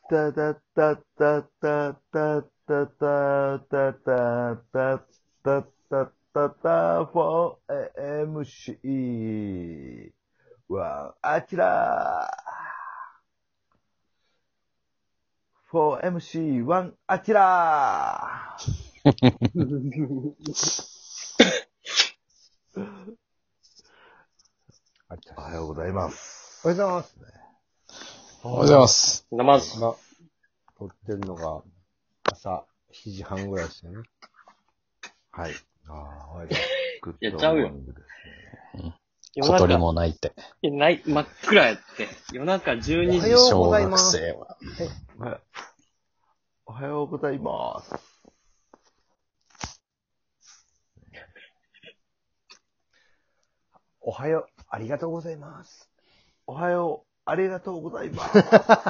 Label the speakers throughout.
Speaker 1: タタタタタタタタタタタタタ 4MC はあちら 4MC1 あちらおはようございます。
Speaker 2: おはようございます。
Speaker 3: おはようございます。
Speaker 2: 今、撮ってるのが朝7時半ぐらいですよね。
Speaker 1: はい。
Speaker 2: ああ、おはようございます。
Speaker 1: グッ
Speaker 3: やっちゃうよ
Speaker 1: ドモーニングですね。
Speaker 3: 小鳥も鳴いて。いや、ない、真っ暗やって。夜中12時。
Speaker 2: おはようございます。
Speaker 3: 小学生は。
Speaker 1: おはようございます。
Speaker 2: おはよう、ありがとうございます。
Speaker 1: おはよう、ありがとうございます。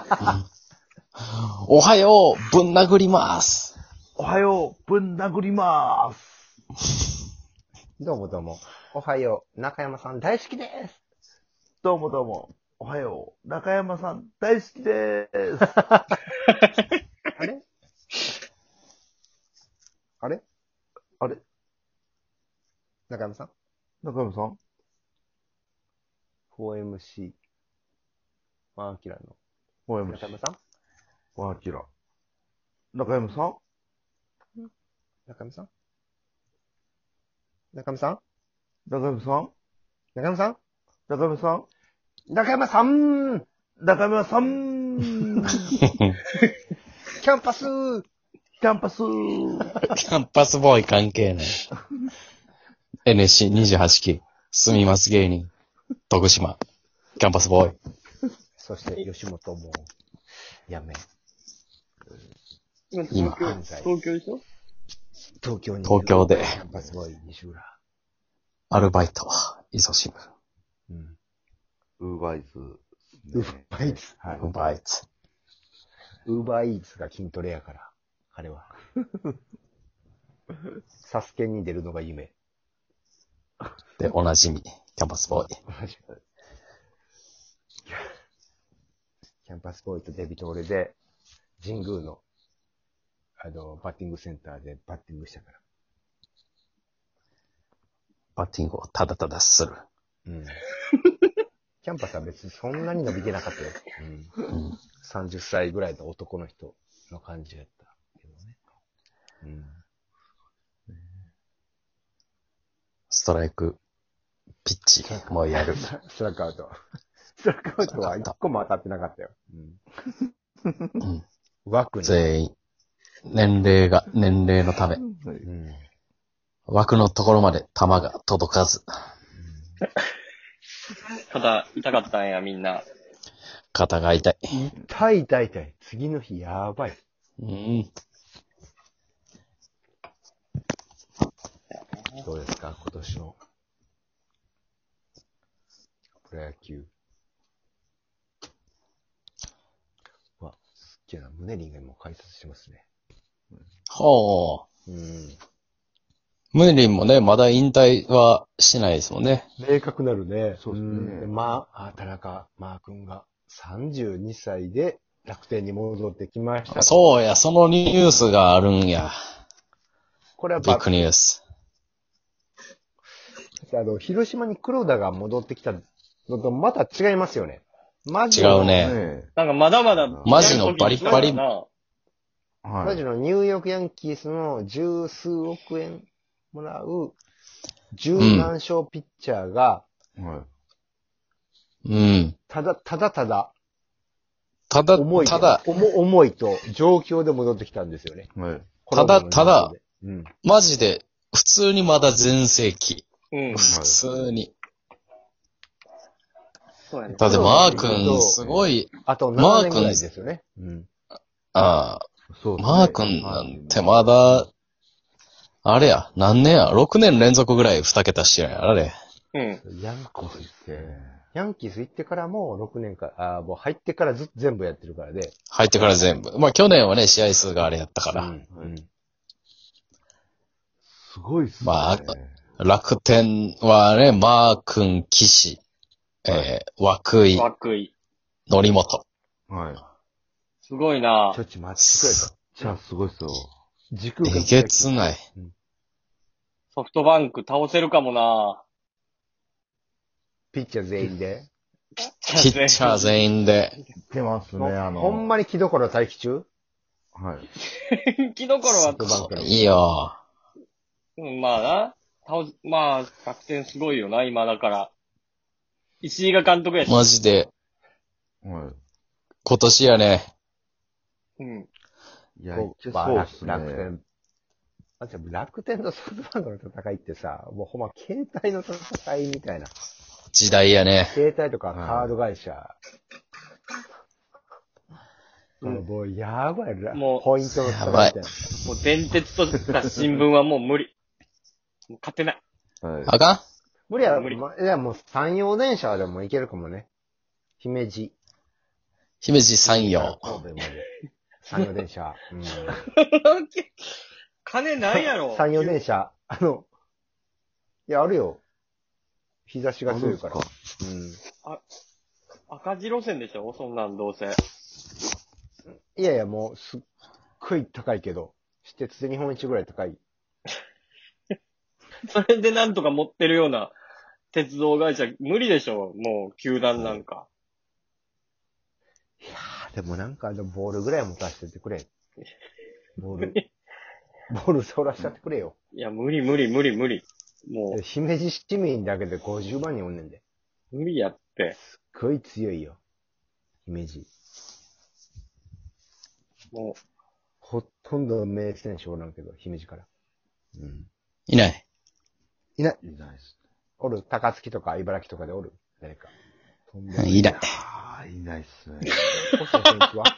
Speaker 3: おはよう、ぶん殴ります。
Speaker 1: おはよう、ぶん殴ります。
Speaker 2: どうもどうも。おはよう、中山さん大好きです。
Speaker 1: どうもどうも。おはよう、中山さん大好きです。
Speaker 2: あれあれ
Speaker 1: あれ
Speaker 2: 中山さん
Speaker 1: 中山さん
Speaker 2: ?4MC。ワンアキラの。
Speaker 1: 中
Speaker 2: 中山さん
Speaker 1: ワンアキラ。中山さん
Speaker 2: 中山さん中山さん
Speaker 1: 中山さん
Speaker 2: 中山さん
Speaker 1: 中山さん
Speaker 2: 中山さん
Speaker 1: 中山さん
Speaker 2: キャンパス
Speaker 1: キャンパス
Speaker 3: キャンパスボーイ関係ない。NSC28 期、住みます芸人、徳島、キャンパスボーイ。
Speaker 2: そして、吉本も、やめ。
Speaker 3: 今
Speaker 2: 東京でしょ東京に。
Speaker 3: 東京で、
Speaker 2: キャンパスボーイ、西浦。
Speaker 3: アルバイト、忙しむ。
Speaker 1: ウーバーイーツ。
Speaker 2: ウーバーイーツ。はい。
Speaker 3: ウーバーイーツ。
Speaker 2: ウーバーイーツが筋トレやから、彼は。サスケに出るのが夢。
Speaker 3: で、おなじみ、キャンパスボーイ。
Speaker 2: キャンパスボーイとデビと俺で、神宮の、バッティングセンターでバッティングしたから。
Speaker 3: バッティングをただただする。
Speaker 2: キャンパスは別にそんなに伸びてなかったよ。30歳ぐらいの男の人の感じやったけどね。
Speaker 3: ストライク、ピッチ、もうやる。
Speaker 2: ストラックアウト。ストラックアウトは一個も当たってなかったよ。枠に。
Speaker 3: 全員、年齢のため。枠のところまで球が届かず。
Speaker 4: 肩痛かったんや、みんな。
Speaker 3: 肩が痛い。
Speaker 2: 痛い。次の日やばい。どうですか今年のプロ野球。わ、すっげえな。ムネリンがもう解説してますね。
Speaker 3: ほう。ムネリンもね、まだ引退はしないですもんね。
Speaker 2: 明確なるね。
Speaker 1: そうですね。
Speaker 2: 田中マー君が32歳で楽天に戻ってきました。
Speaker 3: そうや、そのニュースがあるんや。
Speaker 2: これは
Speaker 3: ビッグニュース。
Speaker 2: 広島に黒田が戻ってきたのとまた違いますよね。
Speaker 3: 違うね。
Speaker 4: なんかまだまだ。
Speaker 3: マジのバリバリ。
Speaker 2: マジのニューヨークヤンキースの十数億円もらう十何勝ピッチャーが、ただ、重いと状況で戻ってきたんですよね。
Speaker 3: ただ、マジで、普通にまだ全盛期。普通に。だってマー君、すごい、
Speaker 2: あと7年ぐらいですよね。
Speaker 3: マー君なんてまだ、あれや、何年や ?6 年連続ぐらい2桁してるやん、あれ。
Speaker 2: ヤンキース行ってからも6年か、もう入ってから全部やってるからで。
Speaker 3: 入ってから全部。まあ去年はね、試合数があれやったから。
Speaker 1: すごいっすね。
Speaker 3: まあ、楽天はね、マー君、岸、涌井、則本。
Speaker 4: すごいな
Speaker 2: ちょっと待ってくれと。
Speaker 1: じゃあすごいっすよ。
Speaker 2: 時空
Speaker 3: えげつない。
Speaker 4: ソフトバンク倒せるかもな
Speaker 2: ピッチャー全員で。
Speaker 3: ピッチャー全員で。
Speaker 1: 出ますね、
Speaker 2: ほんまに木所待機中
Speaker 1: はい。
Speaker 4: 員。木どころは、
Speaker 2: バンクの。
Speaker 3: いいよ。
Speaker 4: うんまあな。まあ、楽天すごいよな、今だから。石井が監督やし。
Speaker 3: マジで、
Speaker 1: は
Speaker 3: 今年やね。
Speaker 4: うん。
Speaker 1: い。いや、
Speaker 2: こ
Speaker 1: 一応
Speaker 2: まあ
Speaker 1: そうっすね。
Speaker 2: 楽天。あ、じゃあ楽天とソフトバンクの戦いってさ、もうほんま携帯の戦いみたいな。
Speaker 3: 時代やね。
Speaker 2: 携帯とか
Speaker 1: はい
Speaker 2: カード会社。
Speaker 4: うん
Speaker 2: もうやばいな。
Speaker 4: もう
Speaker 2: ポイントの戦いみたいな。
Speaker 4: もう電鉄とか新聞はもう無理。もう勝てない。
Speaker 1: はい。
Speaker 3: あかん
Speaker 2: 無理や、
Speaker 4: 無理
Speaker 2: いやもう山陽電車でも行けるかもね。姫路。
Speaker 3: 姫路山陽。
Speaker 2: 神戸まで。山陽電車。うん。
Speaker 4: 金ないやろ。
Speaker 2: 山陽電車。いや、あるよ。日差しが強いから。
Speaker 1: あるん
Speaker 4: 赤字路線でしょそんなんどうせ。
Speaker 2: いやいや、もう、すっごい高いけど、私鉄で日本一ぐらい高い。
Speaker 4: それでなんとか持ってるような鉄道会社無理でしょもう、球団なんか。
Speaker 2: いやー、でもなんか、ボールぐらい持たせてくれ。ボール。ボール触らせちゃってくれよ。
Speaker 4: いや、無理無理無理無理。も
Speaker 2: 姫路市民だけで50万人おんねんで。
Speaker 4: う、無理やって。
Speaker 2: すっごい強いよ。姫路。
Speaker 4: も
Speaker 2: ほとんど名選手おらんけど、姫路から。うん。
Speaker 3: いない。
Speaker 2: いない。
Speaker 1: いないっす
Speaker 2: おる。高槻とか茨城とかでおる。誰か。
Speaker 3: いない。
Speaker 1: ああ、いないっすね。
Speaker 2: 星野選手は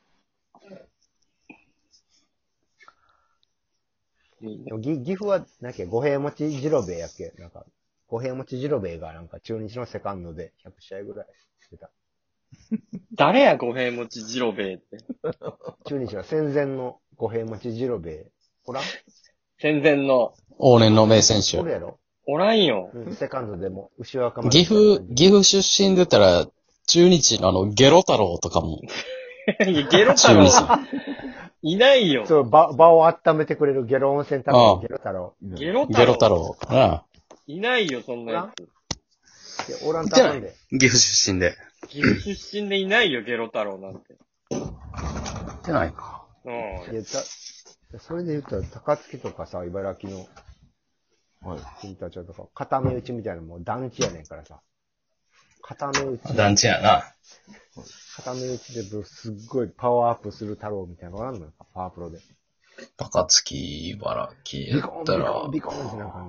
Speaker 4: う、いいね
Speaker 2: でも岐阜は、なんか、五平餅次郎兵衛やっけなんか、五平餅次郎兵衛がなんか中日のセカンドで100試合ぐらいしてた。
Speaker 4: 誰や、五平餅二郎兵衛って。
Speaker 2: 中日は戦前の五平餅次郎兵衛。おらん
Speaker 4: 戦前の、
Speaker 3: 往年の名選手
Speaker 2: お。るやろ
Speaker 4: おらんよ。
Speaker 2: うん、セカンドでも、牛若丸。
Speaker 3: 岐阜出身で言ったら、中日のゲロ太郎とかも、
Speaker 4: いやゲロ太
Speaker 3: 中
Speaker 4: 郎
Speaker 3: 日。
Speaker 4: いないよ。
Speaker 2: そう、場を温めてくれるゲロ温泉太郎、ゲロ太郎。
Speaker 4: ゲロ太郎。
Speaker 3: ゲロ太郎。あ
Speaker 4: いないよ、そんなやつ。
Speaker 2: いやおらんとあかんで。
Speaker 3: 岐阜出身で。
Speaker 4: 岐阜出身でいないよ、ゲロ太郎なんて。
Speaker 3: 出ないか。
Speaker 4: うん。
Speaker 2: いやそれで言ったら、高槻とかさ、茨城の
Speaker 1: はい。
Speaker 2: 金太町とか、固め打ちみたいなのも団地やねんからさ。固め打ち。
Speaker 3: 団地やな。
Speaker 2: 固め打ちですっごいパワーアップする太郎みたいなのがあるのよ。パワープロで。
Speaker 3: 高槻、茨城や
Speaker 2: ビコン、
Speaker 3: ったら、
Speaker 2: ビコン、ビコンってなんか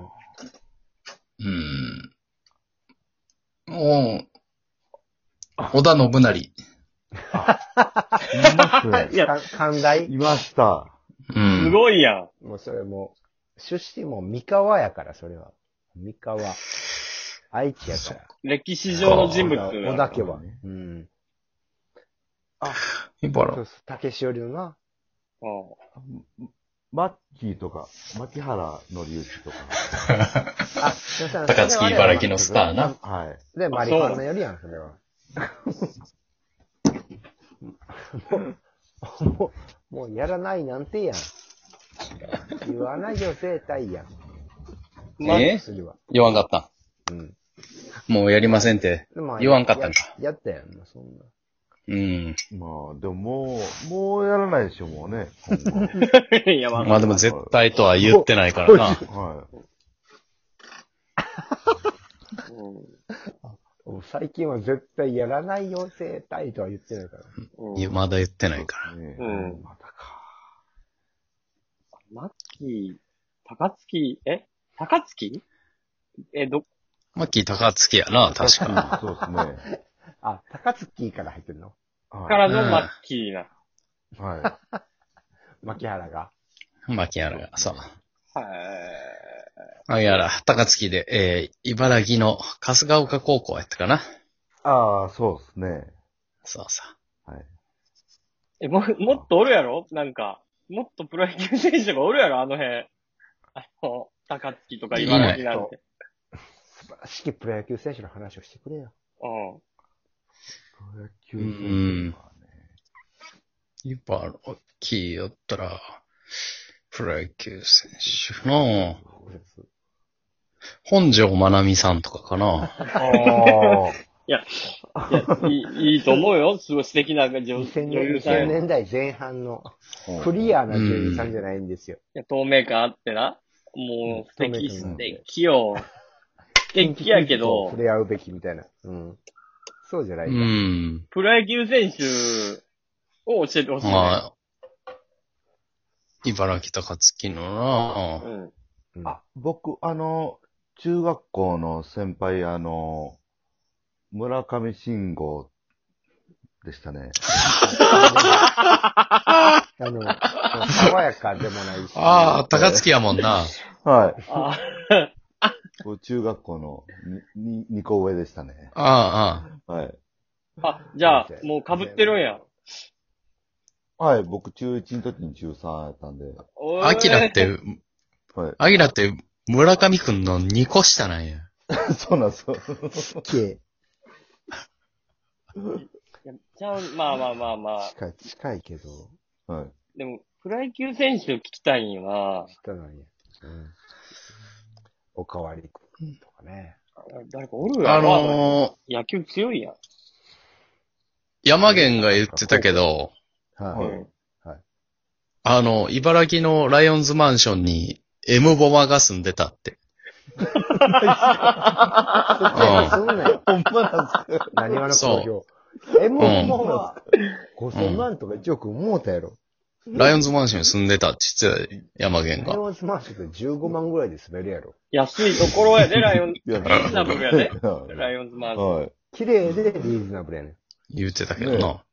Speaker 3: もう、織田信成。
Speaker 1: いますね。
Speaker 4: いや、
Speaker 2: 寛大
Speaker 1: いました。
Speaker 4: すごいやん。
Speaker 2: もうそれもう、出身も三河やから、それは。三河。愛知やから。
Speaker 4: 歴史上の人物
Speaker 2: 小
Speaker 4: が。
Speaker 2: 田家は。うん。
Speaker 3: 茨
Speaker 2: そうそう、竹しおりのな。
Speaker 4: うん
Speaker 1: マッキーとか、牧原のりうちとか。
Speaker 2: あ、
Speaker 3: 高槻茨城のスターな。
Speaker 1: はい。
Speaker 2: で、マリファナよりやん、それは。もうやらないなんてやん。言わないよ、生態やん。次は。
Speaker 3: 言わんかった
Speaker 2: うん。
Speaker 3: ん。もうやりませんって。
Speaker 2: でも
Speaker 3: 言わんかったんか。
Speaker 2: やったやん、もうそんな。
Speaker 3: うん。
Speaker 1: まあ、でももうやらないでしょ、もうね。今後
Speaker 4: いや、まあ、
Speaker 3: まあでも絶対とは言ってないからな。
Speaker 1: はい。
Speaker 2: 最近は絶対やらないよ、生態とは言ってないから。
Speaker 4: うん
Speaker 3: いやまだ言ってないから。
Speaker 1: ね
Speaker 4: うん
Speaker 1: またか。
Speaker 4: マッキー、高槻、高槻
Speaker 3: マッキー高槻やな、確か。
Speaker 1: そうですね。
Speaker 2: あ、高槻から入ってんの
Speaker 4: からのマッキーな。
Speaker 1: は
Speaker 2: 牧原が。
Speaker 3: 牧原が、そう。
Speaker 4: はい。
Speaker 3: 牧原、高槻で、茨城の春日丘高校やったかな。
Speaker 1: い。ああ、そうですね。
Speaker 3: そうそう。
Speaker 1: はい。
Speaker 4: もっとおるやろなんか、もっとプロ野球選手がおるやろあの辺。高槻とか茨城なんて。
Speaker 2: 素晴らしきプロ野球選手の話をしてくれよ。
Speaker 4: うん。
Speaker 1: プロ野球
Speaker 3: う
Speaker 1: 選
Speaker 3: ん
Speaker 1: 手はね。
Speaker 3: 茨城やったら、プロ野球選手の、本庄まなみさんとかかな。
Speaker 2: ああ。
Speaker 4: いや、いいと思うよ。すごい素敵な女優さん
Speaker 2: 2000
Speaker 4: や。
Speaker 2: 年代前半のクリアな女優さんじゃないんですよ。
Speaker 4: いや、透明感あってな。もう、素敵よ。素敵やけど
Speaker 2: 触、れ合うべきみたいな。うん。そうじゃないか。
Speaker 4: プロ野球選手を教えてほしいね。
Speaker 3: まあ、茨城高槻のな、
Speaker 1: あ、僕、中学校の先輩、村上信五でしたね。
Speaker 2: 爽やかでもないし。
Speaker 3: ああ、高槻やもんな。
Speaker 1: はい。中学校の2個上でしたね。
Speaker 3: あ
Speaker 1: はい。
Speaker 4: じゃあ、もう被ってるんや。
Speaker 1: はい、僕中1の時に中3やったんで。
Speaker 3: あ。アキラって、アキラって村上くんの2個下なんや。
Speaker 1: そうなんですよ。
Speaker 4: じゃあ、まあ。
Speaker 2: 近いけど。
Speaker 1: はい。
Speaker 4: でも、プロ野球選手聞きたいんよな。
Speaker 2: 下なんや。おかわりくんとかね。
Speaker 4: 誰かおるやろ野球強いやん。
Speaker 3: 山源が言ってたけど、
Speaker 2: はい。
Speaker 3: 茨城のライオンズマンションに M ボマが住んでたって。
Speaker 2: そうなよ。
Speaker 1: ほんまなんですか？
Speaker 2: 何話の好評。M ボマは5000万とか1億もうたやろ。
Speaker 3: ライオンズマンションに住んでたって言ってたよ、山源が。
Speaker 2: ライオンズマンションって15万ぐらいで住めるやろ。
Speaker 4: 安いところやで、ライオンズ。リーズナブルやで。ライオンズマンション。
Speaker 1: はい。
Speaker 2: 綺麗でリーズナブルやねん。
Speaker 3: 言ってたけどな。